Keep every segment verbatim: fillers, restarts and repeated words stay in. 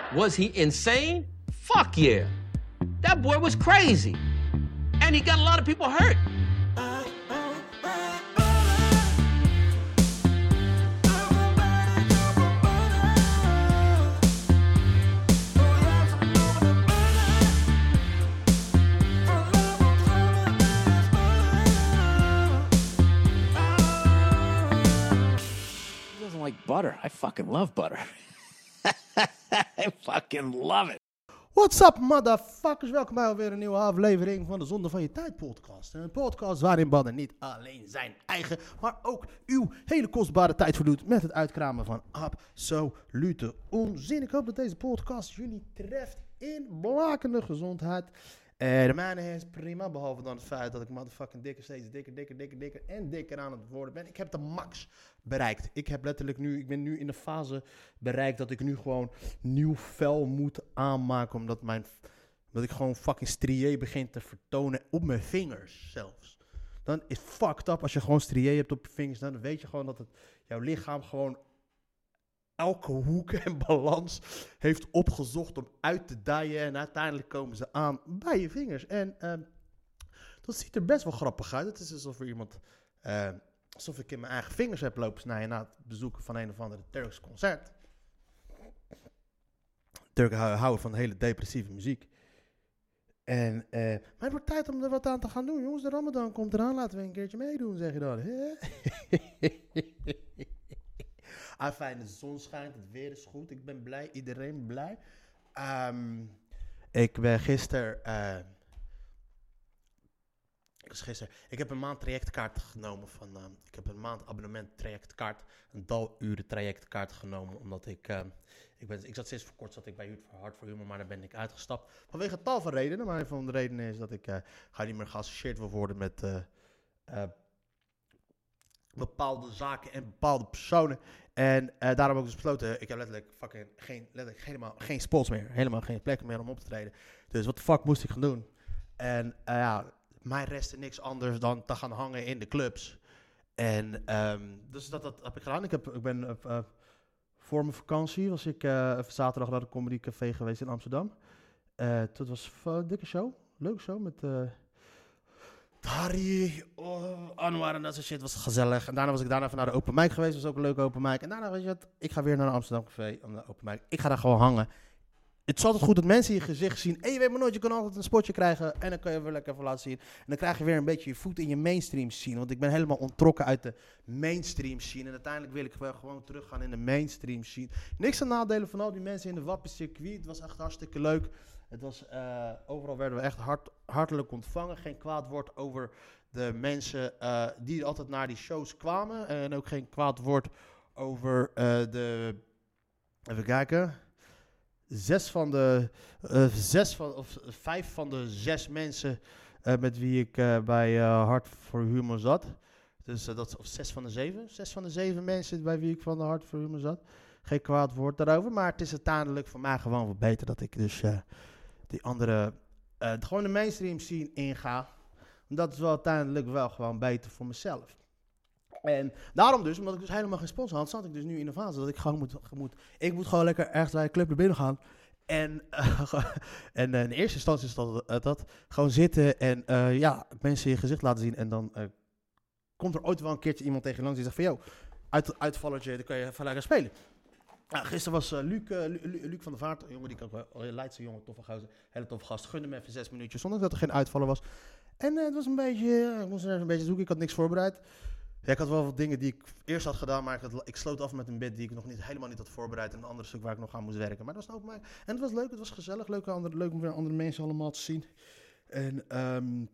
Was he insane? Fuck yeah. That boy was crazy. And he got a lot of people hurt. Like butter. I fucking love butter. I fucking love it. What's up, motherfuckers? Welkom bij alweer een nieuwe aflevering van de Zonde van je Tijd podcast. Een podcast waarin Badder niet alleen zijn eigen, maar ook uw hele kostbare tijd verdoet met het uitkramen van absolute onzin. Ik hoop dat deze podcast jullie treft in blakende gezondheid. Uh, de mijne is prima, behalve dan het feit dat ik motherfucking dikker, steeds dikker, dikker, dikker, dikker en dikker aan het worden ben. Ik heb de max bereikt. Ik heb letterlijk nu, ik ben nu in de fase bereikt dat ik nu gewoon nieuw vel moet aanmaken, omdat mijn, dat ik gewoon fucking strié begin te vertonen op mijn vingers zelfs. Dan is fucked up als je gewoon strié hebt op je vingers, dan weet je gewoon dat het jouw lichaam gewoon elke hoek en balans heeft opgezocht om uit te dijen. En uiteindelijk komen ze aan bij je vingers. En uh, dat ziet er best wel grappig uit. Het is alsof er iemand, uh, alsof ik in mijn eigen vingers heb lopen snijden na het bezoeken van een of andere Turks concert. Turken houden van hele depressieve muziek. En, uh, maar het wordt tijd om er wat aan te gaan doen. Jongens, de Ramadan komt eraan. Laten we een keertje meedoen, zeg je dan. Ah, fijn, de zon schijnt, het weer is goed. Ik ben blij, iedereen blij. Um, ik ben gisteren... Uh, ik was gisteren... Ik heb een maand trajectkaart genomen van... Uh, ik heb een maand abonnement trajectkaart. Een daluren trajectkaart genomen. Omdat ik... Uh, ik, ben, ik zat sinds voor kort zat ik bij Hart voor Humor, maar daar ben ik uitgestapt. Vanwege tal van redenen. Maar een van de redenen is dat ik uh, ga niet meer geassocieerd wil worden met... Uh, uh, bepaalde zaken en bepaalde personen. En uh, daarom heb ik dus besloten, ik heb letterlijk fucking geen, letterlijk helemaal geen spots meer. Helemaal geen plek meer om op te treden. Dus wat de fuck moest ik gaan doen? En uh, ja, mij restte niks anders dan te gaan hangen in de clubs. En um, dus dat, dat heb ik gedaan. Ik, heb, ik ben uh, uh, voor mijn vakantie was ik uh, zaterdag naar de Comedy Café geweest in Amsterdam. Uh, dat was een dikke show. Leuke show met... Uh, Harry, oh, Anwar en dat soort shit, was gezellig. En daarna was ik daarna even naar de open mic geweest, was ook een leuke open mic. En daarna weet je wat, ik ga weer naar de Amsterdam Café om de open mic. Ik ga daar gewoon hangen. Het is altijd goed dat mensen je gezicht zien. En je weet maar nooit, je kan altijd een spotje krijgen en dan kan je weer lekker even laten zien. En dan krijg je weer een beetje je voet in je mainstream scene. Want ik ben helemaal ontrokken uit de mainstream scene. En uiteindelijk wil ik wel gewoon teruggaan in de mainstream scene. Niks aan nadelen van al die mensen in de Wappie-circuit. Het was echt hartstikke leuk. Het was, uh, overal werden we echt hart, hartelijk ontvangen. Geen kwaad woord over de mensen uh, die altijd naar die shows kwamen. En ook geen kwaad woord over uh, de... Even kijken. Zes van de... Uh, zes van, of vijf van de zes mensen uh, met wie ik uh, bij uh, Hart voor Humor zat. Dus uh, dat, of zes van de zeven. Zes van de zeven mensen bij wie ik van de Hart voor Humor zat. Geen kwaad woord daarover. Maar het is uiteindelijk voor mij gewoon wat beter dat ik dus... Uh, die andere, uh, gewoon de mainstream scene inga. Dat is wel uiteindelijk wel gewoon beter voor mezelf. En daarom dus, omdat ik dus helemaal geen sponsor had, zat ik dus nu in de fase dat ik gewoon moet, moet ik moet gewoon lekker ergens bij een club naar binnen gaan. En, uh, en uh, in eerste instantie is dat, uh, dat gewoon zitten en uh, ja, mensen je gezicht laten zien. En dan uh, komt er ooit wel een keertje iemand tegen je langs die zegt van, yo, uit, uitvallertje, dan kan je even lekker spelen. Ja, gisteren was uh, Luc, uh, Luc, Luc van der Vaart, een jongen die ik ook wel, Leidse jongen, toffe gozer, hele toffe gast, gunde me even zes minuutjes, zonder dat er geen uitvallen was. En uh, het was een beetje, uh, ik moest er even een beetje zoeken, ik had niks voorbereid. Ja, ik had wel wat dingen die ik eerst had gedaan, maar ik, had, ik sloot af met een bit die ik nog niet, helemaal niet had voorbereid en een ander stuk waar ik nog aan moest werken. Maar dat was ook mij. En het was leuk, het was gezellig, leuk, andere, leuk om weer andere mensen allemaal te zien. En um,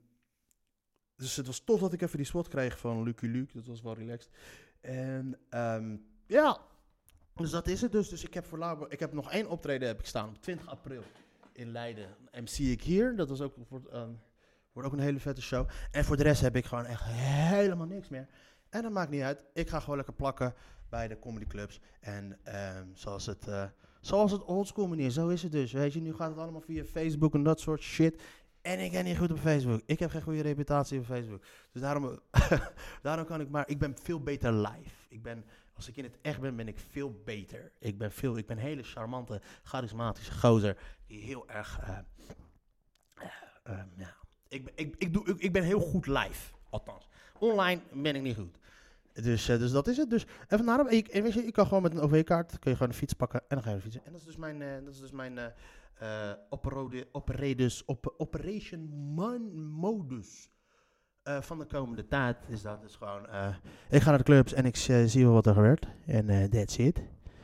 dus het was tof dat ik even die spot kreeg van Lucky Luke, dat was wel relaxed. En um, ja... Dus dat is het dus. Dus ik heb, voor Labo, ik heb nog één optreden heb ik staan op twintig april in Leiden. M C ik hier. Dat was ook, wordt, um, wordt ook een hele vette show. En voor de rest heb ik gewoon echt helemaal niks meer. En dat maakt niet uit. Ik ga gewoon lekker plakken bij de comedyclubs. En um, zoals het, uh, zoals het oldschool manier. Zo is het dus. Weet je, nu gaat het allemaal via Facebook en dat soort shit. En ik ben niet goed op Facebook. Ik heb geen goede reputatie op Facebook. Dus daarom, daarom kan ik maar... Ik ben veel beter live. Ik ben... als ik in het echt ben, ben ik veel beter. Ik ben, veel, ik ben een hele charmante, charismatische gozer die heel erg... Uh, uh, uh, ja. ik, ik, ik, doe, ik, ik ben heel goed live, althans. Online ben ik niet goed. Dus, uh, dus dat is het. Dus even naar ik, weet je, ik kan gewoon met een O V-kaart, kun je gewoon een fiets pakken en dan ga je fietsen. En dat is dus mijn, uh, dat is dus mijn uh, uh, operode, operadus, op, operation man modus uh, van de komende tijd. Is dat dus gewoon, uh, ik ga naar de clubs en ik uh, zie wel wat er gebeurt. En uh, that's it.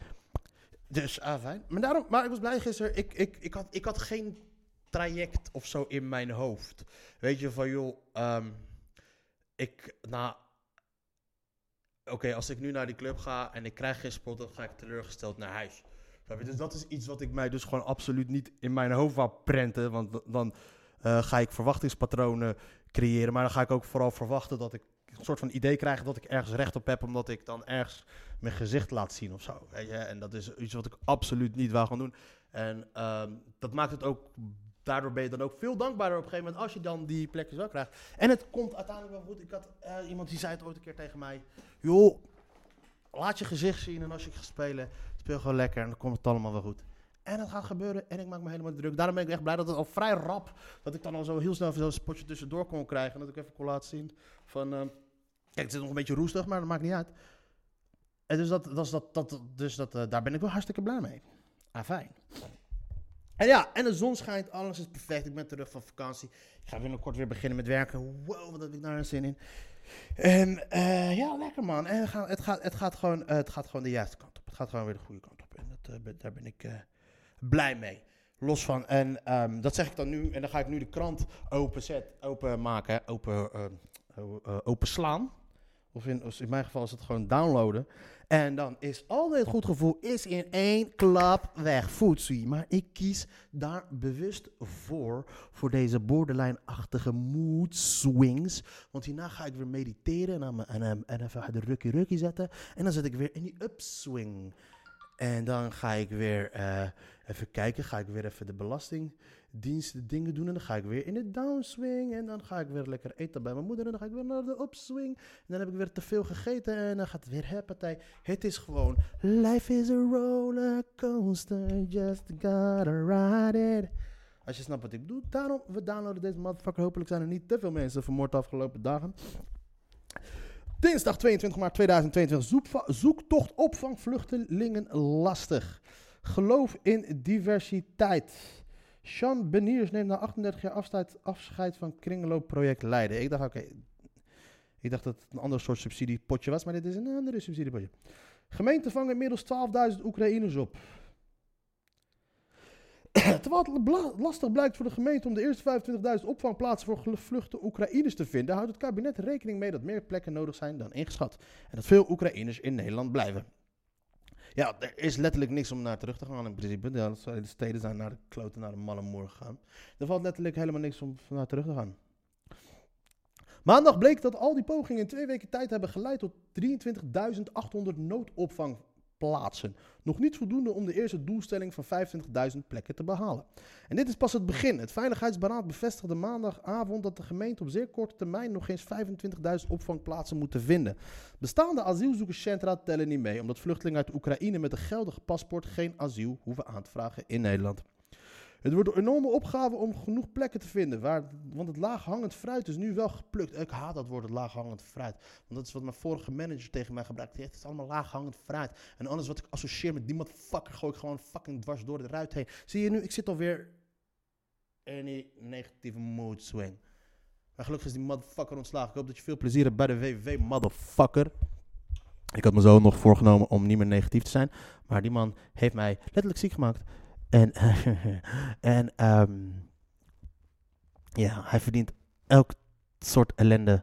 Dus, ah, fijn. Maar, daarom, maar ik was blij gisteren, ik, ik, ik, had, ik had geen traject of zo in mijn hoofd. Weet je, van joh, um, ik, nou... Oké, okay, als ik nu naar die club ga en ik krijg geen spot, dan ga ik teleurgesteld naar huis. Dus dat is iets wat ik mij dus gewoon absoluut niet in mijn hoofd wou prenten. Want dan uh, ga ik verwachtingspatronen creëren. Maar dan ga ik ook vooral verwachten dat ik een soort van idee krijg dat ik ergens recht op heb. Omdat ik dan ergens mijn gezicht laat zien of zo. Weet je? En dat is iets wat ik absoluut niet wou gaan doen. En um, dat maakt het ook... Daardoor ben je dan ook veel dankbaarder op een gegeven moment als je dan die plekjes wel krijgt. En het komt uiteindelijk wel goed. Ik had uh, iemand die zei het ooit een keer tegen mij. Joh, laat je gezicht zien en als je gaat spelen, speel gewoon lekker en dan komt het allemaal wel goed. En dat gaat gebeuren en ik maak me helemaal druk. Daarom ben ik echt blij dat het al vrij rap, dat ik dan al zo heel snel zo'n spotje tussendoor kon krijgen. En dat ik even kon laten zien van, uh, kijk het is nog een beetje roestig, maar dat maakt niet uit. En dus dat, dat, dat, dat, dus dat uh, daar ben ik wel hartstikke blij mee. Ah, fijn. En ja, en de zon schijnt, alles is perfect. Ik ben terug van vakantie. Ik ga binnenkort weer beginnen met werken. Wow, wat heb ik daar een zin in. En uh, ja, lekker man. En het gaat, het, gaat, het, gaat gewoon, uh, het gaat gewoon de juiste kant op. Het gaat gewoon weer de goede kant op. En dat, uh, ben, daar ben ik uh, blij mee. Los van, en um, dat zeg ik dan nu. En dan ga ik nu de krant openzet, open maken, open, uh, uh, open slaan. Of in, in mijn geval is het gewoon downloaden. En dan is al dit goed gevoel is in één klap weg. Footsie. Maar ik kies daar bewust voor. Voor deze borderline-achtige mood swings. Want hierna ga ik weer mediteren. En, en, en, en even de rukkie rukkie zetten. En dan zit ik weer in die upswing. En dan ga ik weer uh, even kijken. Ga ik weer even de belastingdiensten dingen doen. En dan ga ik weer in de downswing. En dan ga ik weer lekker eten bij mijn moeder. En dan ga ik weer naar de upswing. En dan heb ik weer te veel gegeten. En dan gaat het weer heppatij. Het is gewoon... Life is a rollercoaster. Just gotta ride it. Als je snapt wat ik doe. Daarom, we downloaden deze motherfucker. Hopelijk zijn er niet te veel mensen vermoord de afgelopen dagen. Dinsdag tweeëntwintig maart tweeduizend tweeëntwintig. Zoekva- zoektocht opvang vluchtelingen lastig. Geloof in diversiteit. Sean Beniers neemt na achtendertig jaar afscheid, afscheid van kringloopproject Leiden. Ik dacht, oké. Okay, ik dacht dat het een ander soort subsidiepotje was, maar dit is een andere subsidiepotje. Gemeenten vangen inmiddels twaalfduizend Oekraïners op. Terwijl het bla- lastig blijkt voor de gemeente om de eerste vijfentwintigduizend opvangplaatsen voor gevluchte Oekraïners te vinden, houdt het kabinet rekening mee dat meer plekken nodig zijn dan ingeschat. En dat veel Oekraïners in Nederland blijven. Ja, er is letterlijk niks om naar terug te gaan in principe. Ja, de steden zijn naar de kloten, naar de malle moer gegaan. Er valt letterlijk helemaal niks om naar terug te gaan. Maandag bleek dat al die pogingen in twee weken tijd hebben geleid tot drieëntwintigduizend achthonderd noodopvangplaatsen. Nog niet voldoende om de eerste doelstelling van vijfentwintigduizend plekken te behalen. En dit is pas het begin. Het Veiligheidsberaad bevestigde maandagavond dat de gemeente op zeer korte termijn nog eens vijfentwintigduizend opvangplaatsen moet vinden. Bestaande asielzoekerscentra tellen niet mee, omdat vluchtelingen uit Oekraïne met een geldig paspoort geen asiel hoeven aan te vragen in Nederland. Het wordt een enorme opgave om genoeg plekken te vinden, waar, want het laaghangend fruit is nu wel geplukt. Ik haat dat woord, het laaghangend fruit. Want dat is wat mijn vorige manager tegen mij gebruikte. Het is allemaal laaghangend fruit. En alles wat ik associeer met die motherfucker gooi ik gewoon fucking dwars door de ruit heen. Zie je nu, ik zit alweer in die negatieve mood swing. Maar gelukkig is die motherfucker ontslagen. Ik hoop dat je veel plezier hebt bij de W W W, motherfucker. Ik had me zo nog voorgenomen om niet meer negatief te zijn. Maar die man heeft mij letterlijk ziek gemaakt. En, en um, ja, hij verdient elk soort ellende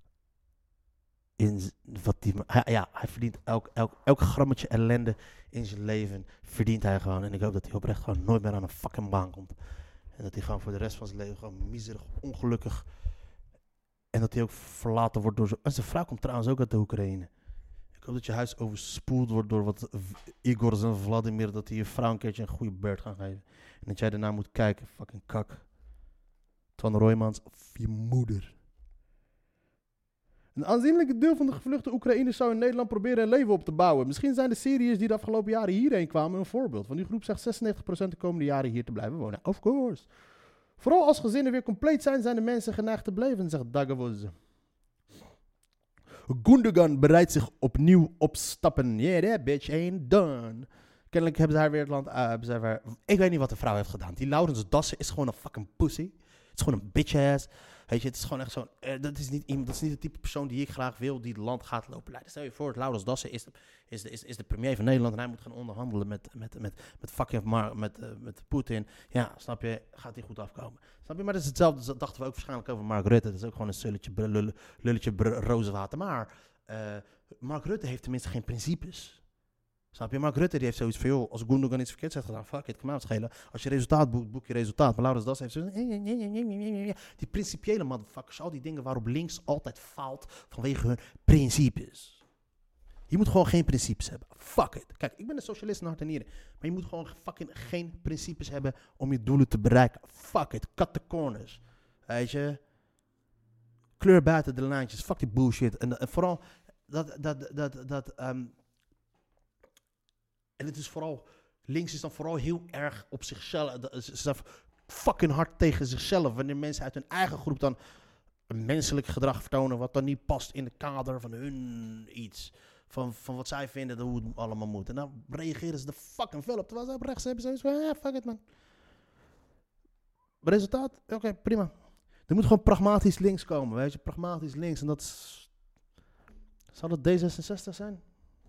in z- wat die, hij, ja, hij verdient elk, elk, elk grammetje ellende in zijn leven verdient hij gewoon. En ik hoop dat hij oprecht gewoon nooit meer aan een fucking baan komt. En dat hij gewoon voor de rest van zijn leven gewoon miserig, ongelukkig. En dat hij ook verlaten wordt door zijn... En zijn vrouw komt trouwens ook uit de Oekraïne. Ik hoop dat je huis overspoeld wordt door wat Igor en Vladimir, dat die je vrouw een keertje een goede beurt gaan geven. En dat jij daarna moet kijken, fucking kak. Twan Roymans of je moeder. Een aanzienlijke deel van de gevluchte Oekraïners zou in Nederland proberen een leven op te bouwen. Misschien zijn de Syriërs die de afgelopen jaren hierheen kwamen een voorbeeld. Van die groep zegt zesennegentig procent de komende jaren hier te blijven wonen. Of course. Vooral als gezinnen weer compleet zijn, zijn de mensen geneigd te blijven, zegt Dagavoz. Gundogan bereidt zich opnieuw opstappen. Yeah, that bitch ain't done. Kennelijk hebben ze haar weer het land... Uh, hebben ze weer, ik weet niet wat de vrouw heeft gedaan. Die Laurens Dassen is gewoon een fucking pussy. Het is gewoon een bitch ass. Weet je, het is gewoon echt zo'n... Uh, dat, is niet iemand, dat is niet de type persoon die ik graag wil, die het land gaat lopen leiden. Stel je voor, Laurens Dassen is de, is, de, is, is de premier van Nederland en hij moet gaan onderhandelen met, met, met, met fucking Mar- met, uh, met Poetin. Ja, snap je? Gaat hij goed afkomen. Snap je? Maar dat is hetzelfde. Dat dachten we ook waarschijnlijk over Mark Rutte. Dat is ook gewoon een sulletje, brul, lulletje, lulletje brul, rozenwater. Maar uh, Mark Rutte heeft tenminste geen principes. Snap je? Mark Rutte die heeft zoiets van, joh, als Gundogan iets verkeerds heeft gedaan, fuck it, kan mij wat schelen. Als je resultaat boekt, boek je resultaat. Maar Laurens Das heeft zo... Die principiële motherfuckers, al die dingen waarop links altijd faalt vanwege hun principes. Je moet gewoon geen principes hebben. Fuck it. Kijk, ik ben een socialist in hart en nieren. Maar je moet gewoon fucking geen principes hebben om je doelen te bereiken. Fuck it. Cut the corners. Weet je? Kleur buiten de lijntjes. Fuck die bullshit. En, en vooral dat... dat, dat, dat um, En het is vooral, links is dan vooral heel erg op zichzelf, ze zijn fucking hard tegen zichzelf. Wanneer mensen uit hun eigen groep dan een menselijk gedrag vertonen wat dan niet past in het kader van hun iets. Van, van wat zij vinden dat hoe het allemaal moet. En dan reageren ze er fucking veel op. Terwijl ze op rechts hebben zoiets van, ja, fuck it man. Resultaat? Oké, okay, prima. Er moet gewoon pragmatisch links komen, weet je. Pragmatisch links. En dat is, zal dat D zesenzestig zijn?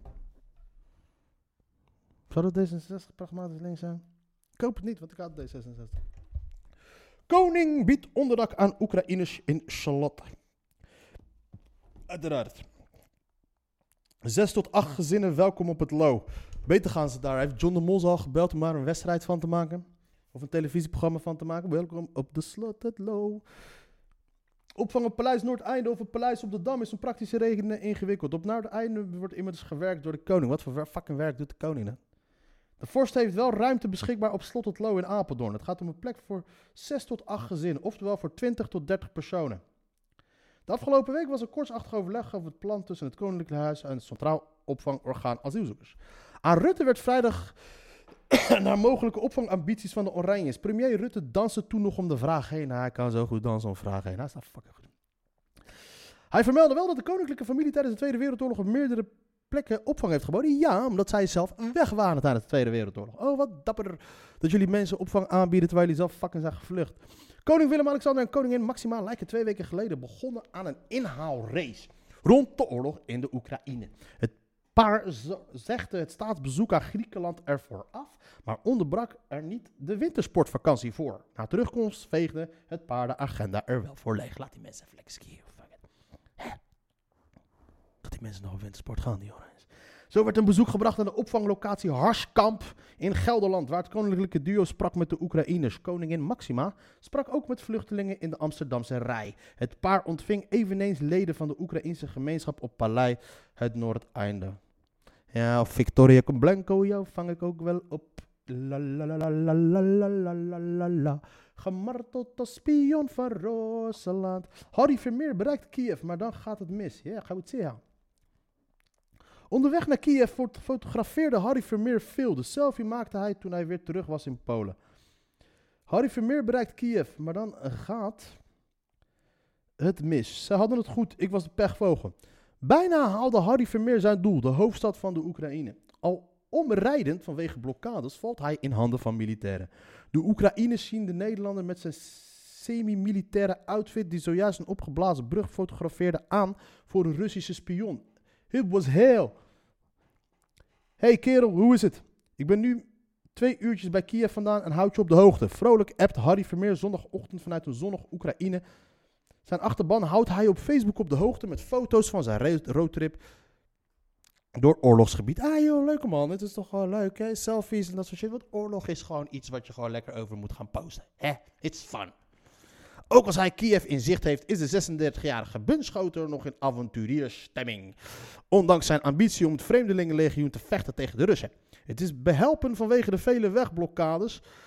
Zou dat D zesenzestig pragmatisch links zijn? Ik hoop het niet, want ik haat D zesenzestig. Koning biedt onderdak aan Oekraïners in Charlotte. Uiteraard. Zes tot acht gezinnen welkom op het Lo. Beter gaan ze daar. Heeft John de Mol al gebeld om daar een wedstrijd van te maken? Of een televisieprogramma van te maken? Welkom op de slot het Lo. Opvang op Paleis Noordeinde of het Paleis op de Dam is een praktische reden ingewikkeld. Op Noordeinde wordt immers gewerkt door de koning. Wat voor fucking werk doet de koning dan? De vorst heeft wel ruimte beschikbaar op Slot het Lo in Apeldoorn. Het gaat om een plek voor zes tot acht gezinnen, oftewel voor twintig tot dertig personen. De afgelopen week was er kortsachtig overleg over het plan tussen het Koninklijk Huis en het Centraal Opvangorgaan Asielzoekers. Aan Rutte werd vrijdag naar mogelijke opvangambities van de Oranjes. Premier Rutte danste toen nog om de vraag heen. Hij kan zo goed dansen om vragen heen. Hij staat fucking goed. Hij vermeldde wel dat de koninklijke familie tijdens de Tweede Wereldoorlog op meerdere plekken opvang heeft geboden. Ja, omdat zij zelf weg waren tijdens de Tweede Wereldoorlog. Oh, wat dapper dat jullie mensen opvang aanbieden terwijl jullie zelf fucking zijn gevlucht. Koning Willem-Alexander en koningin Maxima lijken twee weken geleden begonnen aan een inhaalrace rond de oorlog in de Oekraïne. Het paar zegde het staatsbezoek aan Griekenland ervoor af, maar onderbrak er niet de wintersportvakantie voor. Na terugkomst veegde het paar de agenda er wel voor leeg. Laat die mensen even lekker skiën. Dat die mensen nog op wintersport gaan, die Oranje. Zo werd een bezoek gebracht aan de opvanglocatie Harskamp in Gelderland, waar het koninklijke duo sprak met de Oekraïners. Koningin Maxima sprak ook met vluchtelingen in de Amsterdamse Rij. Het paar ontving eveneens leden van de Oekraïnse gemeenschap op Paleis het Noordeinde. Ja, Victoria Blanco, jou vang ik ook wel op. La la la la la la la la la la. Gemarteld als spion van Rusland. Harry Vermeer bereikt Kiev, maar dan gaat het mis. Ja, gaan we het zien. Onderweg naar Kiev fotografeerde Harry Vermeer veel. De selfie maakte hij toen hij weer terug was in Polen. Harry Vermeer bereikt Kiev, maar dan gaat het mis. Ze hadden het goed, ik was de pechvogel. Bijna haalde Harry Vermeer zijn doel, de hoofdstad van de Oekraïne. Al omrijdend vanwege blokkades valt hij in handen van militairen. De Oekraïners zien de Nederlander met zijn semi-militaire outfit die zojuist een opgeblazen brug fotografeerde aan voor een Russische spion. It was hell. Hey kerel, hoe is het? Ik ben nu twee uurtjes bij Kiev vandaan en houd je op de hoogte. Vrolijk appt Harry Vermeer zondagochtend vanuit een zonnig Oekraïne. Zijn achterban houdt hij op Facebook op de hoogte met foto's van zijn roadtrip door oorlogsgebied. Ah joh, leuke man, het is toch gewoon leuk hè, selfies en dat soort shit. Want oorlog is gewoon iets wat je gewoon lekker over moet gaan posten. Hè, it's fun. Ook als hij Kiev in zicht heeft, is de zesendertigjarige Bunschoter nog in avonturiersstemming. Ondanks zijn ambitie om het Vreemdelingenlegioen te vechten tegen de Russen. Het is behelpen vanwege de vele wegblokkades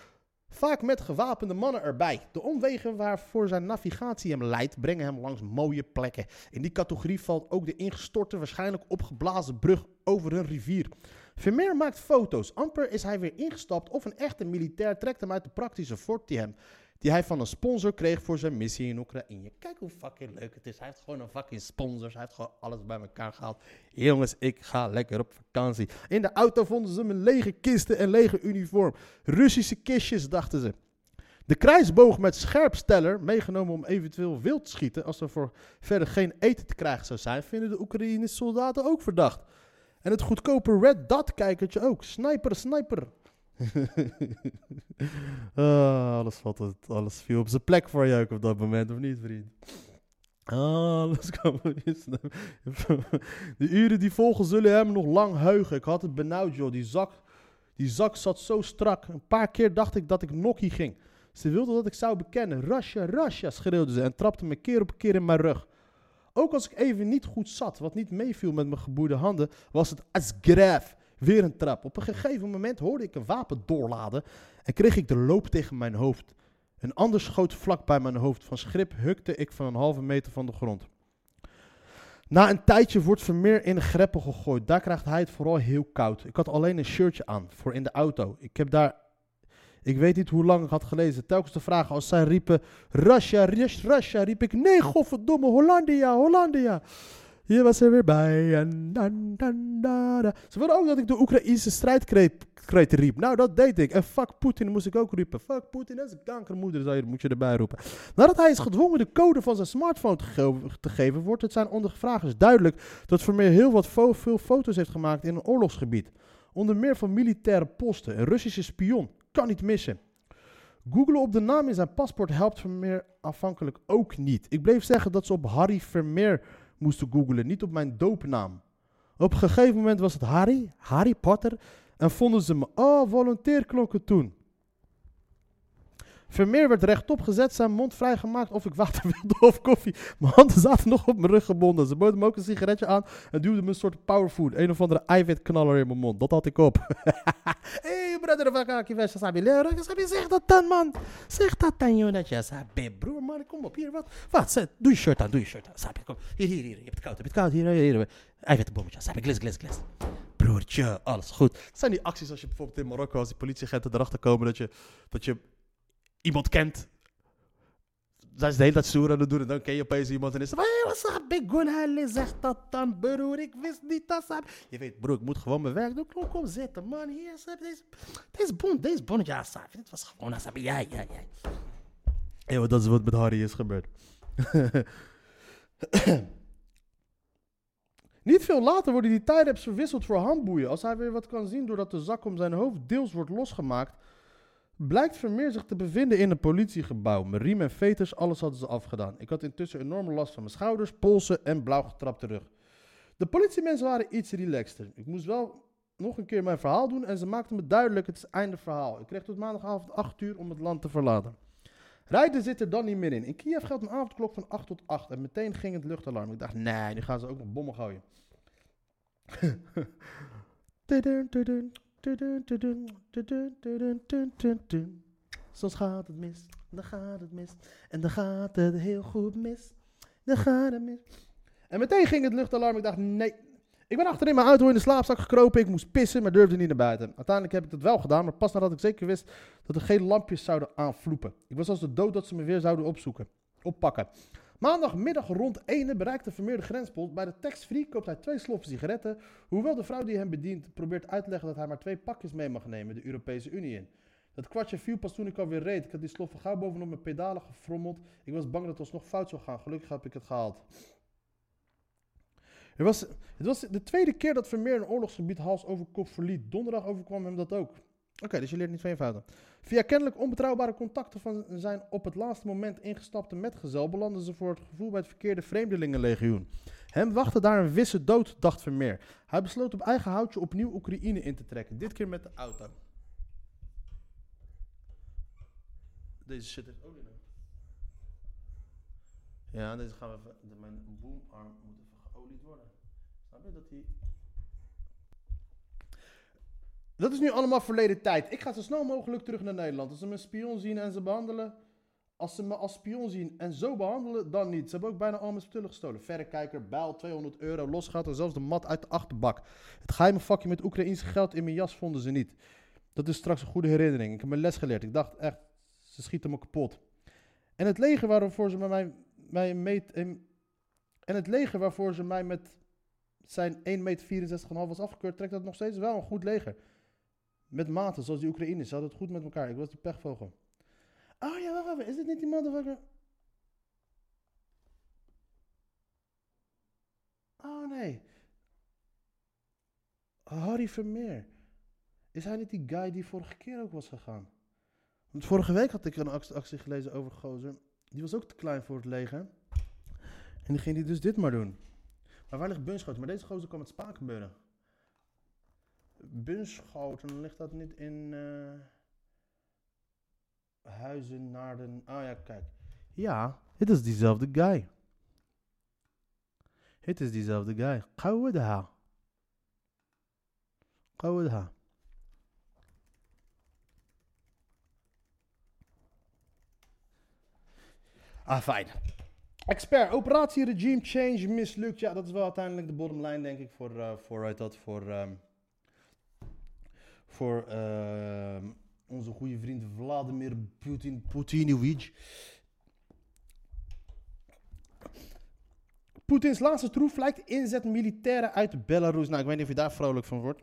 Vaak met gewapende mannen erbij. De omwegen waarvoor zijn navigatie hem leidt, brengen hem langs mooie plekken. In die categorie valt ook de ingestorte, waarschijnlijk opgeblazen brug over een rivier. Vermeer maakt foto's. Amper is hij weer ingestapt of een echte militair trekt hem uit de praktische Ford die, hem, die hij van een sponsor kreeg voor zijn missie in Oekraïne. Kijk hoe fucking leuk het is. Hij heeft gewoon een fucking sponsor. Hij heeft gewoon alles bij elkaar gehaald. Jongens, ik ga lekker op vakantie. In de auto vonden ze mijn lege kisten en lege uniform. Russische kistjes, dachten ze. De kruisboog met scherpsteller, meegenomen om eventueel wild te schieten als er voor verder geen eten te krijgen zou zijn, vinden de Oekraïnse soldaten ook verdacht. En het goedkope Red Dot kijkertje ook. Sniper, sniper. uh, alles, valt, alles viel op zijn plek voor je ook op dat moment, of niet, vriend? Alles kan De uren die volgen zullen hem nog lang heugen. Ik had het benauwd, joh. Die zak, die zak zat zo strak. Een paar keer dacht ik dat ik nokkie ging. Ze wilde dat ik zou bekennen. Russia, Russia, schreeuwde ze en trapte me keer op keer in mijn rug. Ook als ik even niet goed zat, wat niet meeviel met mijn geboeide handen, was het asgraf. Weer een trap. Op een gegeven moment hoorde ik een wapen doorladen en kreeg ik de loop tegen mijn hoofd. Een ander schoot vlak bij mijn hoofd. Van schrik hukte ik van een halve meter van de grond. Na een tijdje wordt Vermeer in een greppel gegooid. Daar krijgt hij het vooral heel koud. Ik had alleen een shirtje aan, voor in de auto. Ik heb daar... Ik weet niet hoe lang ik had gelezen. Telkens de vragen als zij riepen... Russia, Russia, Russia, riep ik... Nee, godverdomme, Hollandia, Hollandia. Hier was er weer bij. En dan, dan, da, da. Ze wilden ook dat ik de Oekraïnse strijdkreet riep. Nou, dat deed ik. En fuck Poetin moest ik ook riepen. Fuck Poetin, dat is een kankermoeder, zou je, moet je erbij roepen. Nadat hij is gedwongen de code van zijn smartphone te, ge- te geven... wordt het zijn ondervragers duidelijk... dat Vermeer heel wat fo- veel foto's heeft gemaakt in een oorlogsgebied. Onder meer van militaire posten. Een Russische spion. Kan niet missen. Googelen op de naam in zijn paspoort helpt Vermeer afhankelijk ook niet. Ik bleef zeggen dat ze op Harry Vermeer moesten googelen, niet op mijn doopnaam. Op een gegeven moment was het Harry, Harry Potter, en vonden ze me, oh, volonteer klonk het toen. Vermeer werd rechtop gezet, zijn mond vrijgemaakt of ik water wilde of koffie. Mijn handen zaten nog op mijn rug gebonden. Ze boden me ook een sigaretje aan en duwden me een soort powerfood. Een of andere eiwitknaller in mijn mond. Dat had ik op. Hé, broeder, wat kan je sabi leren? Sabi, zeg dat dan, man. Zeg dat dan, joh. Dat je sabi, broer, man, kom op hier, wat? Wat, zet, doe je shirt aan, doe je shirt aan. Sabi, kom. Hier, hier, hier. Je hebt het koud, je hebt het koud. Hier, hier, hier. Eiwitbommetje. Sabi, glis, glis, glis. Broertje, alles goed. Het zijn die acties als je bijvoorbeeld in Marokko, als die politieagenten erachter komen dat je, dat je iemand kent. Zij is de hele tijd stoer aan het doen en dan ken je opeens iemand en is van, hé, wat is big gun, zeg dat dan, broer, ik wist niet dat ze... Je weet, broer, ik moet gewoon mijn werk doen, kom, kom zitten, man, hier, deze, deze bon, deze bonnetje, ja, sabi, dit was gewoon, sabi, ja, ja, ja. Ja, dat is wat met Harry is gebeurd. Niet veel later worden die tie-wraps verwisseld voor handboeien. Als hij weer wat kan zien doordat de zak om zijn hoofd deels wordt losgemaakt, blijkt Vermeer zich te bevinden in een politiegebouw. Mijn riem en veters, alles hadden ze afgedaan. Ik had intussen enorme last van mijn schouders, polsen en blauw getrapte rug. De politiemensen waren iets relaxter. Ik moest wel nog een keer mijn verhaal doen en ze maakten me duidelijk, het is einde verhaal. Ik kreeg tot maandagavond acht uur om het land te verlaten. Rijden zit er dan niet meer in. In Kiev geldt een avondklok van acht tot acht en meteen ging het luchtalarm. Ik dacht, nee, nu gaan ze ook nog bommen gooien. Soms gaat het mis, dan gaat het mis. En dan gaat het heel goed mis. Dan gaat het mis. En meteen ging het luchtalarm. Ik dacht, nee. Ik ben achterin mijn auto in de slaapzak gekropen. Ik moest pissen, maar durfde niet naar buiten. Uiteindelijk heb ik dat wel gedaan, maar pas nadat ik zeker wist dat er geen lampjes zouden aanvloepen. Ik was als de dood dat ze me weer zouden opzoeken, oppakken. Maandagmiddag rond één bereikte Vermeer de grenspost. Bij de tax-free koopt hij twee sloffen sigaretten. Hoewel de vrouw die hem bedient probeert uit te leggen dat hij maar twee pakjes mee mag nemen de Europese Unie in. Dat kwartje viel pas toen ik alweer reed. Ik had die sloffen gauw bovenop mijn pedalen gefrommeld. Ik was bang dat het alsnog fout zou gaan. Gelukkig heb ik het gehaald. Er was, het was de tweede keer dat Vermeer een oorlogsgebied hals over kop verliet. Donderdag overkwam hem dat ook. Oké, okay, dus je leert niet van je fouten. Via kennelijk onbetrouwbare contacten van zijn op het laatste moment ingestapte metgezel belanden ze voor het gevoel bij het verkeerde vreemdelingenlegioen. Hem wachtte daar een wisse dood, dacht Vermeer. Hij besloot op eigen houtje opnieuw Oekraïne in te trekken. Dit keer met de auto. Deze shit heeft olie nodig. Ja, deze gaan we even... Mijn boomarm moet even geolied worden. Snap je dat die... Dat is nu allemaal verleden tijd. Ik ga zo snel mogelijk terug naar Nederland. Als ze me spion zien en ze behandelen... Als ze me als spion zien en zo behandelen, dan niet. Ze hebben ook bijna al mijn spullen gestolen. Verrekijker, bijl, tweehonderd euro, losgehad en zelfs de mat uit de achterbak. Het geheime vakje met Oekraïense geld in mijn jas vonden ze niet. Dat is straks een goede herinnering. Ik heb mijn les geleerd. Ik dacht echt, ze schieten me kapot. En het leger waarvoor ze mij, mij meet, en het leger waarvoor ze mij met zijn één meter vierenzestig komma vijf was afgekeurd, trekt dat nog steeds wel een goed leger. Met maten, zoals die Oekraïners. Ze hadden het goed met elkaar. Ik was die pechvogel. Oh ja, wacht even. Is dit niet die motherfucker? Oh nee. Harry Vermeer. Is hij niet die guy die vorige keer ook was gegaan? Want vorige week had ik een actie gelezen over gozer. Die was ook te klein voor het leger. En die ging die dus dit maar doen. Maar waar ligt Bunschoten? Maar deze gozer kwam uit Spakenburg. Bunschoten, ligt dat niet in... Uh... Huizen, Naarden. Oh ja, kijk. Ja, het is diezelfde guy. Het is diezelfde guy. Gouwedha. Gouwedha. Ah, fijn. Expert, operatie regime change mislukt. Ja, dat is wel uiteindelijk de bottom line, denk ik, voor, uh, voor, uit dat, voor, um, voor, uh, onze goede vriend Vladimir Putin, Putinovic. Poetins laatste troef lijkt inzet militairen uit Belarus. Nou, ik weet niet of je daar vrolijk van wordt.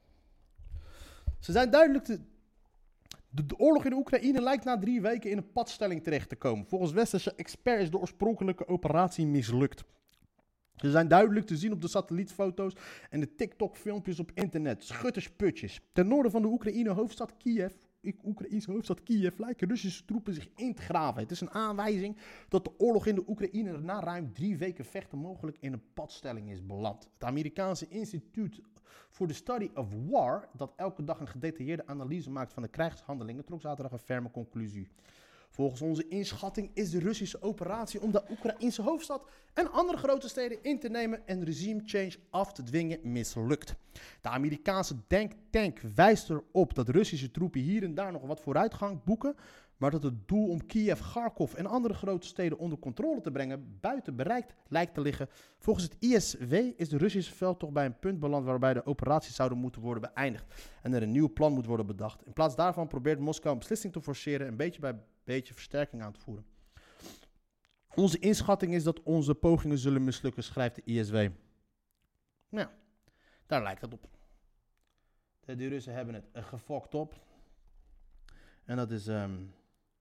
Ze zijn duidelijk te... De, de oorlog in de Oekraïne lijkt na drie weken in een padstelling terecht te komen. Volgens westerse experts is de oorspronkelijke operatie mislukt. Ze zijn duidelijk te zien op de satellietfoto's en de TikTok-filmpjes op internet. Schuttersputjes. Ten noorden van de Oekraïne-hoofdstad Kiev, Oekraïnse hoofdstad Kiev, lijken Russische troepen zich in te graven. Het is een aanwijzing dat de oorlog in de Oekraïne na ruim drie weken vechten mogelijk in een padstelling is beland. Het Amerikaanse instituut voor the Study of War, dat elke dag een gedetailleerde analyse maakt van de krijgshandelingen, trok zaterdag een ferme conclusie. Volgens onze inschatting is de Russische operatie om de Oekraïnse hoofdstad en andere grote steden in te nemen en regime change af te dwingen mislukt. De Amerikaanse denktank wijst erop dat Russische troepen hier en daar nog wat vooruitgang boeken, maar dat het doel om Kiev, Kharkov en andere grote steden onder controle te brengen buiten bereik lijkt te liggen. Volgens het I S W is de Russische veldtocht bij een punt beland waarbij de operaties zouden moeten worden beëindigd en er een nieuw plan moet worden bedacht. In plaats daarvan probeert Moskou een beslissing te forceren en beetje bij beetje versterking aan te voeren. Onze inschatting is dat onze pogingen zullen mislukken, schrijft de I S W. Nou, daar lijkt het op. De, de Russen hebben het uh, gefokt op. En dat is... Um,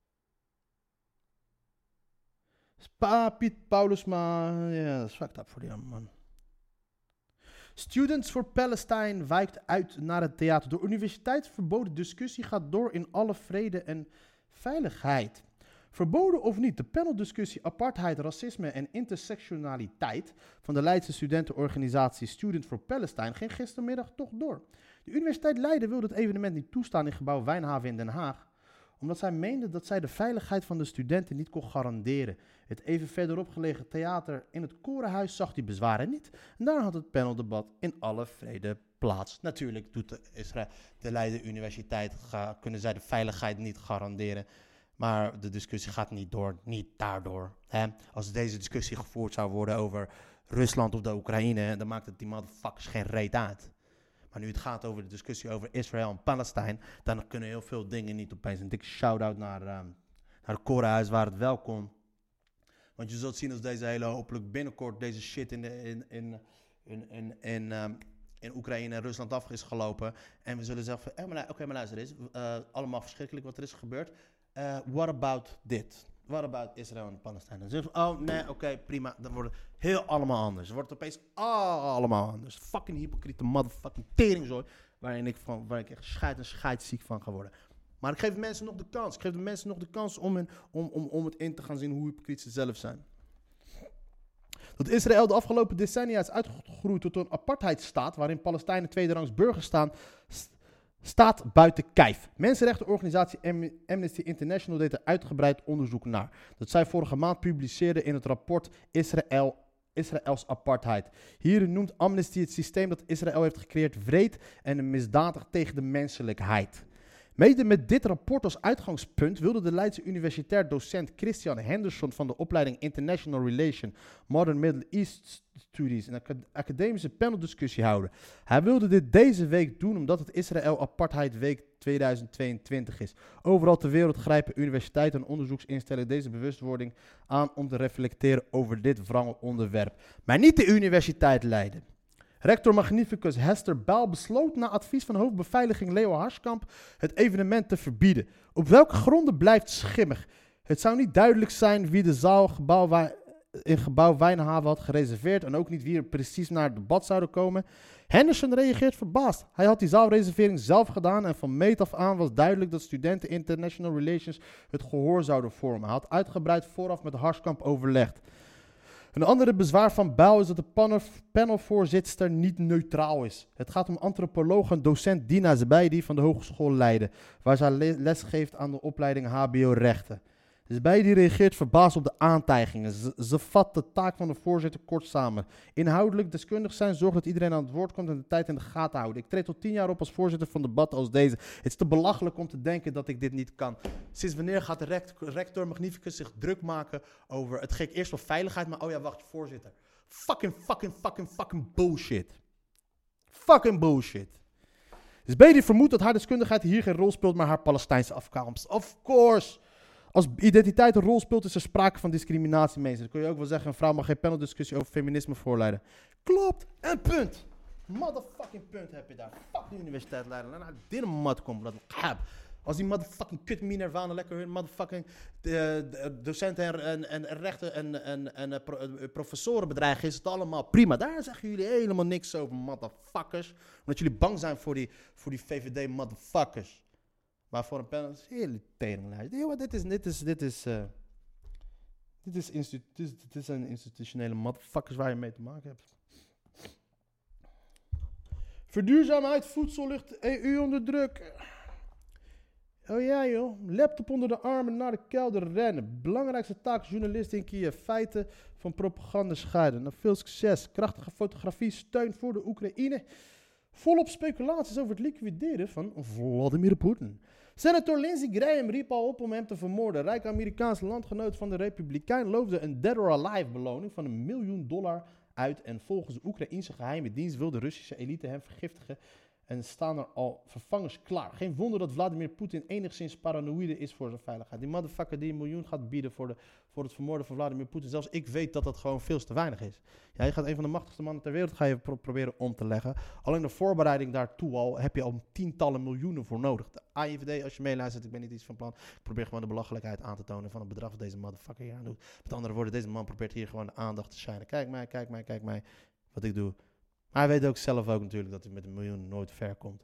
Spa, Piet Paulusma. Ja, dat is fucked up voor die man. Students for Palestine wijkt uit naar het theater. De universiteit verboden discussie gaat door in alle vrede en veiligheid. Verboden of niet, de paneldiscussie apartheid, racisme en intersectionaliteit van de Leidse studentenorganisatie Student for Palestine ging gistermiddag toch door. De Universiteit Leiden wilde het evenement niet toestaan in gebouw Wijnhaven in Den Haag, omdat zij meende dat zij de veiligheid van de studenten niet kon garanderen. Het even verderop gelegen theater in het Korenhuis zag die bezwaren niet. En daar had het paneldebat in alle vrede plaats. Natuurlijk doet de, Israël, de Leiden Universiteit, ga, kunnen zij de veiligheid niet garanderen. Maar de discussie gaat niet door, niet daardoor. Hè? Als deze discussie gevoerd zou worden over Rusland of de Oekraïne, dan maakt het die motherfuckers geen reet uit. Maar nu het gaat over de discussie over Israël en Palestine, dan kunnen heel veel dingen niet opeens. Een dikke shout-out naar, um, naar het Korenhuis waar het wel kon. Want je zult zien als deze hele hopelijk binnenkort deze shit in, de, in, in, in, in, in, um, in Oekraïne en Rusland af is gelopen. En we zullen zeggen van, eh, oké, okay, maar luister eens, uh, allemaal verschrikkelijk wat er is gebeurd. Uh, what about dit? What about Israël en Palestine? Dan zeggen ze, oh nee, oké, okay, prima. Dan wordt het heel allemaal anders. Dan wordt het opeens allemaal anders. Fucking hypocriete motherfucking teringzooi. Waarin ik, van, waar ik echt scheid en scheidsziek van ga worden. Maar ik geef de mensen nog de kans. Ik geef de mensen nog de kans om, in, om, om, om het in te gaan zien hoe hypocriet ze zelf zijn. Dat Israël de afgelopen decennia is uitgegroeid tot een apartheidsstaat waarin Palestijnen tweederangs burgers staan, st- staat buiten kijf. Mensenrechtenorganisatie Amnesty International deed er uitgebreid onderzoek naar. Dat zij vorige maand publiceerden in het rapport Israël, Israëls apartheid. Hierin noemt Amnesty het systeem dat Israël heeft gecreëerd wreed en misdadig tegen de menselijkheid. Mede met dit rapport als uitgangspunt wilde de Leidse universitair docent Christian Henderson van de opleiding International Relation, Modern Middle East Studies een acad- academische paneldiscussie houden. Hij wilde dit deze week doen omdat het Israël Apartheid Week tweeduizend tweeëntwintig is. Overal ter wereld grijpen universiteiten en onderzoeksinstellingen deze bewustwording aan om te reflecteren over dit wrange onderwerp. Maar niet de Universiteit Leiden. Rector Magnificus Hester Baal besloot na advies van hoofdbeveiliging Leo Harskamp het evenement te verbieden. Op welke gronden blijft schimmig? Het zou niet duidelijk zijn wie de zaal gebouw Wij- in gebouw Wijnhaven had gereserveerd en ook niet wie er precies naar het debat zouden komen. Henderson reageert verbaasd. Hij had die zaalreservering zelf gedaan en van meet af aan was duidelijk dat studenten International Relations het gehoor zouden vormen. Hij had uitgebreid vooraf met Harskamp overlegd. Een andere bezwaar van Baal is dat de panel, panelvoorzitter niet neutraal is. Het gaat om antropoloog en docent Dina Zebeidi van de Hogeschool Leiden, waar zij le- les geeft aan de opleiding H B O Rechten. Zebeidi reageert verbaasd op de aantijgingen. Ze, ze vat de taak van de voorzitter kort samen. Inhoudelijk deskundig zijn, zorg dat iedereen aan het woord komt en de tijd in de gaten houden. Ik treed tot tien jaar op als voorzitter van debatten als deze. Het is te belachelijk om te denken dat ik dit niet kan. Sinds wanneer gaat de rect- rector Magnificus zich druk maken over... Het ging eerst wel veiligheid, maar oh ja, wacht, voorzitter. Fucking, fucking, fucking, fucking bullshit. Fucking bullshit. Zebeidi vermoedt dat haar deskundigheid hier geen rol speelt, maar haar Palestijnse afkomst. Of course... Als identiteit een rol speelt, is er sprake van discriminatie, mensen. Dan kun je ook wel zeggen, een vrouw mag geen paneldiscussie over feminisme voorleiden. Klopt, en punt. Motherfucking punt heb je daar. Fuck de Universiteit Leiden. Nou, dit een mat komt, dat ik heb. Als die motherfucking kut Minervana lekker hun motherfucking de, de docenten en, en, en rechten en, en, en uh, pro, uh, professoren bedreigen, is het allemaal prima. Daar zeggen jullie helemaal niks over, motherfuckers. Omdat jullie bang zijn voor die, voor die V V D-motherfuckers. Maar voor een panel is hele teringlijst. Ja, dit is, dit is, dit is, uh, dit is, institu- dit is, dit is een institutionele motherfuckers waar je mee te maken hebt. Verduurzaamheid, voedsel ligt E U onder druk. Oh ja joh, laptop onder de armen naar de kelder rennen. Belangrijkste taak journalist in Kiev. Feiten van propaganda scheiden. Nou, veel succes. Krachtige fotografie, steun voor de Oekraïne. Volop speculaties over het liquideren van Vladimir Poetin. Senator Lindsey Graham riep al op om hem te vermoorden. Rijke Amerikaanse landgenoot van de Republikein loofde een dead or alive beloning van een miljoen dollar uit. En volgens de Oekraïense geheime dienst wil de Russische elite hem vergiftigen. En staan er al vervangers klaar. Geen wonder dat Vladimir Poetin enigszins paranoïde is voor zijn veiligheid. Die motherfucker die een miljoen gaat bieden voor, de, voor het vermoorden van Vladimir Poetin. Zelfs ik weet dat dat gewoon veel te weinig is. Ja, je gaat een van de machtigste mannen ter wereld ga je pro- proberen om te leggen. Alleen de voorbereiding daartoe al heb je al tientallen miljoenen voor nodig. De A I V D, als je meeluistert, ik ben niet iets van plan. Ik probeer gewoon de belachelijkheid aan te tonen van het bedrag dat deze motherfucker hier aan doet. Met andere woorden, deze man probeert hier gewoon de aandacht te schijnen. Kijk mij, kijk mij, kijk mij, wat ik doe. Maar hij weet ook zelf ook natuurlijk dat hij met een miljoen nooit ver komt.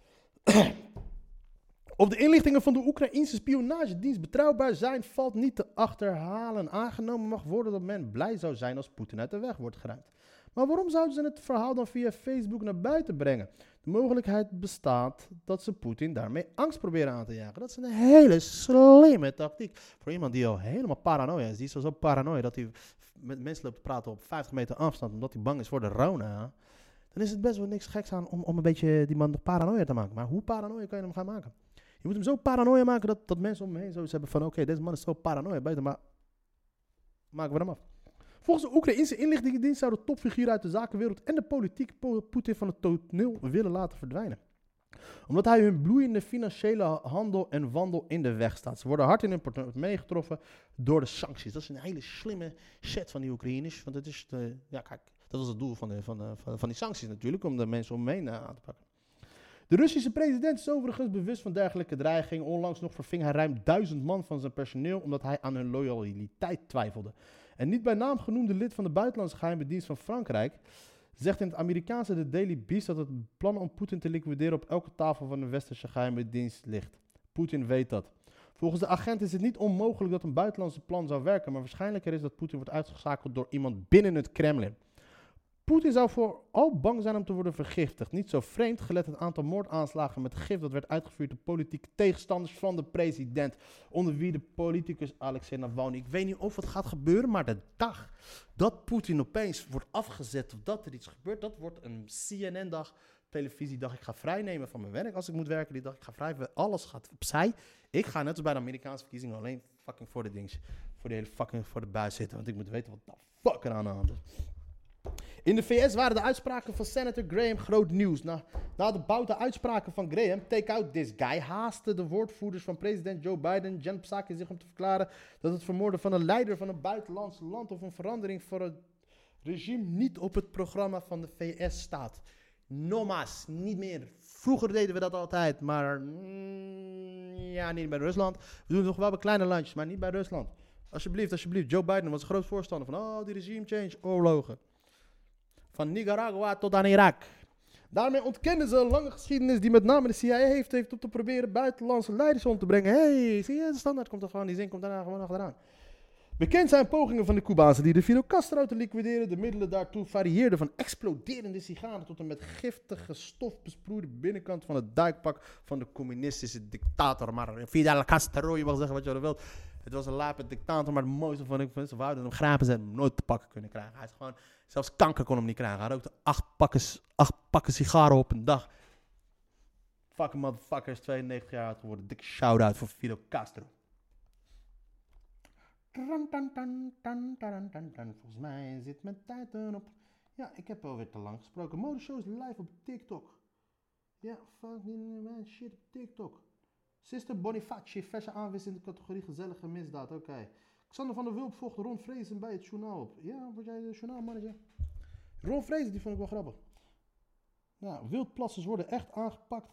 Of de inlichtingen van de Oekraïense spionagedienst betrouwbaar zijn, valt niet te achterhalen. Aangenomen mag worden dat men blij zou zijn als Poetin uit de weg wordt geruimd. Maar waarom zouden ze het verhaal dan via Facebook naar buiten brengen? De mogelijkheid bestaat dat ze Poetin daarmee angst proberen aan te jagen. Dat is een hele slimme tactiek. Voor iemand die al helemaal paranoia is. Die is al zo paranoia dat hij met mensen loopt te praten op vijftig meter afstand omdat hij bang is voor de Rona. Dan is het best wel niks geks aan om, om een beetje die man paranoia te maken. Maar hoe paranoia kan je hem gaan maken? Je moet hem zo paranoia maken dat, dat mensen om hem heen zoiets hebben van... Oké, okay, deze man is zo paranoia, buiten, maar maken we hem af. Volgens de Oekraïnse inlichtingendienst zouden topfiguren uit de zakenwereld en de politiek Poetin van het toneel willen laten verdwijnen. Omdat hij hun bloeiende financiële handel en wandel in de weg staat. Ze worden hard in hun portemonnee getroffen door de sancties. Dat is een hele slimme shit van die Oekraïners. Want het is de, ja, kijk, dat was het doel van, de, van, de, van, van die sancties natuurlijk, om de mensen om hem heen aan te pakken. De Russische president is overigens bewust van dergelijke dreiging. Onlangs nog verving hij ruim duizend man van zijn personeel omdat hij aan hun loyaliteit twijfelde. En niet bij naam genoemde lid van de buitenlandse geheime dienst van Frankrijk zegt in het Amerikaanse The Daily Beast dat het plan om Poetin te liquideren op elke tafel van de westerse geheime dienst ligt. Poetin weet dat. Volgens de agent is het niet onmogelijk dat een buitenlandse plan zou werken, maar waarschijnlijker is dat Poetin wordt uitgeschakeld door iemand binnen het Kremlin. Poetin zou vooral bang zijn om te worden vergiftigd. Niet zo vreemd, gelet het aantal moordaanslagen met gif dat werd uitgevoerd door politieke tegenstanders van de president. Onder wie de politicus Alexei Navalny. Ik weet niet of het gaat gebeuren, maar de dag dat Poetin opeens wordt afgezet of dat er iets gebeurt, dat wordt een C N N-dag, televisiedag. Ik ga vrij nemen van mijn werk als ik moet werken die dag. Ik ga vrij, alles gaat opzij. Ik ga net als bij de Amerikaanse verkiezingen alleen fucking voor de dings, voor de hele fucking voor de buis zitten, want ik moet weten wat de fuck er aan de hand is. In de V S waren de uitspraken van senator Graham groot nieuws. Na, na de boute uitspraken van Graham, take out this guy, haasten de woordvoerders van president Joe Biden, Jen Psaki, zich om te verklaren dat het vermoorden van een leider van een buitenlands land of een verandering voor het regime niet op het programma van de V S staat. Noma's, niet meer. Vroeger deden we dat altijd, maar mm, ja, niet bij Rusland. We doen het nog wel bij kleine landjes, maar niet bij Rusland. Alsjeblieft, alsjeblieft. Joe Biden was een groot voorstander van, oh, die regime change, oorlogen. Van Nicaragua tot aan Irak. Daarmee ontkennen ze een lange geschiedenis die met name de C I A heeft, heeft om te proberen buitenlandse leiders om te brengen. Hey, zie je, de standaard komt er gewoon, die zin komt daarna gewoon achteraan. Bekend zijn pogingen van de Cubaanse leader Fidel Castro te liquideren. De middelen daartoe varieerden van exploderende sigaren tot een met giftige stof besproeide binnenkant van het duikpak van de communistische dictator. Maar Fidel Castro, je mag zeggen wat je er wilt. Het was een lape dictator, maar het mooiste van ik vind, ze wouden hem grapen, ze hebben hem nooit te pakken kunnen krijgen. Hij is gewoon, zelfs kanker kon hem niet krijgen. Hij rookte acht pakken, acht pakken sigaren op een dag. Fucking motherfucker is tweeënnegentig jaar oud geworden. Dikke shout-out voor Fidel Castro. Volgens mij zit mijn tijd erop. Ja, ik heb alweer te lang gesproken. Modeshows live op TikTok. Ja, fucking shit op TikTok. Sister Bonifaci, verse aanwinst in de categorie gezellige misdaad. Oké. Okay. Xander van der Wulp volgt Ron Vrezen bij het journaal op. Ja, word jij de journaalmanager? Ron Vrezen, die vond ik wel grappig. Ja, wildplassers worden echt aangepakt.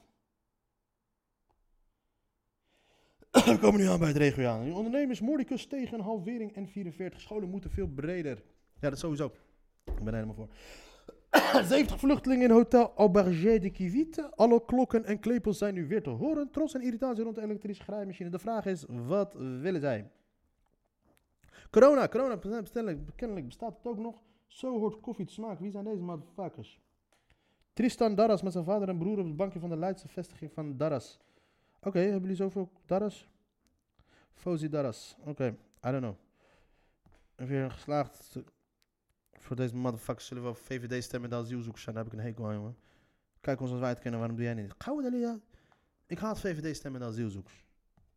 We komen nu aan bij het regionaal. Ondernemers Mordicus tegen een halvering en vierenveertig scholen moeten veel breder. Ja, dat sowieso. Ik ben er helemaal voor. zeventig vluchtelingen in hotel Auberge de Kivite. Alle klokken en klepels zijn nu weer te horen. Trots en irritatie rond de elektrische grijpmachine. De vraag is, wat willen zij? Corona, corona, bestelling, kennelijk bestaat het ook nog. Zo hoort koffie te smaken. Wie zijn deze motherfuckers? Tristan Darras met zijn vader en broer op het bankje van de Leidse vestiging van Darras. Oké, okay, hebben jullie zoveel Darras? Fozi Darras. Oké, okay, I don't know. Weer geslaagd. Voor deze motherfuckers zullen we op V V D stemmen en asielzoekers zijn. Daar heb ik een hekel aan, jongen. Kijk ons als wij het kennen, waarom doe jij niet? Gauw, Dalia. Ik haat V V D stemmen en asielzoekers.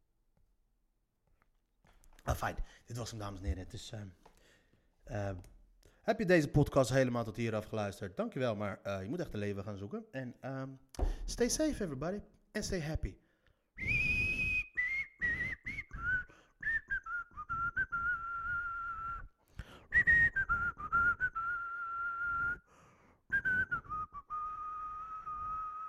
Ah, fijn. Dit was hem, dames en heren. Het is, uh, uh, heb je deze podcast helemaal tot hier afgeluisterd? Dankjewel, maar uh, je moet echt een leven gaan zoeken. En um, stay safe, everybody. And stay happy.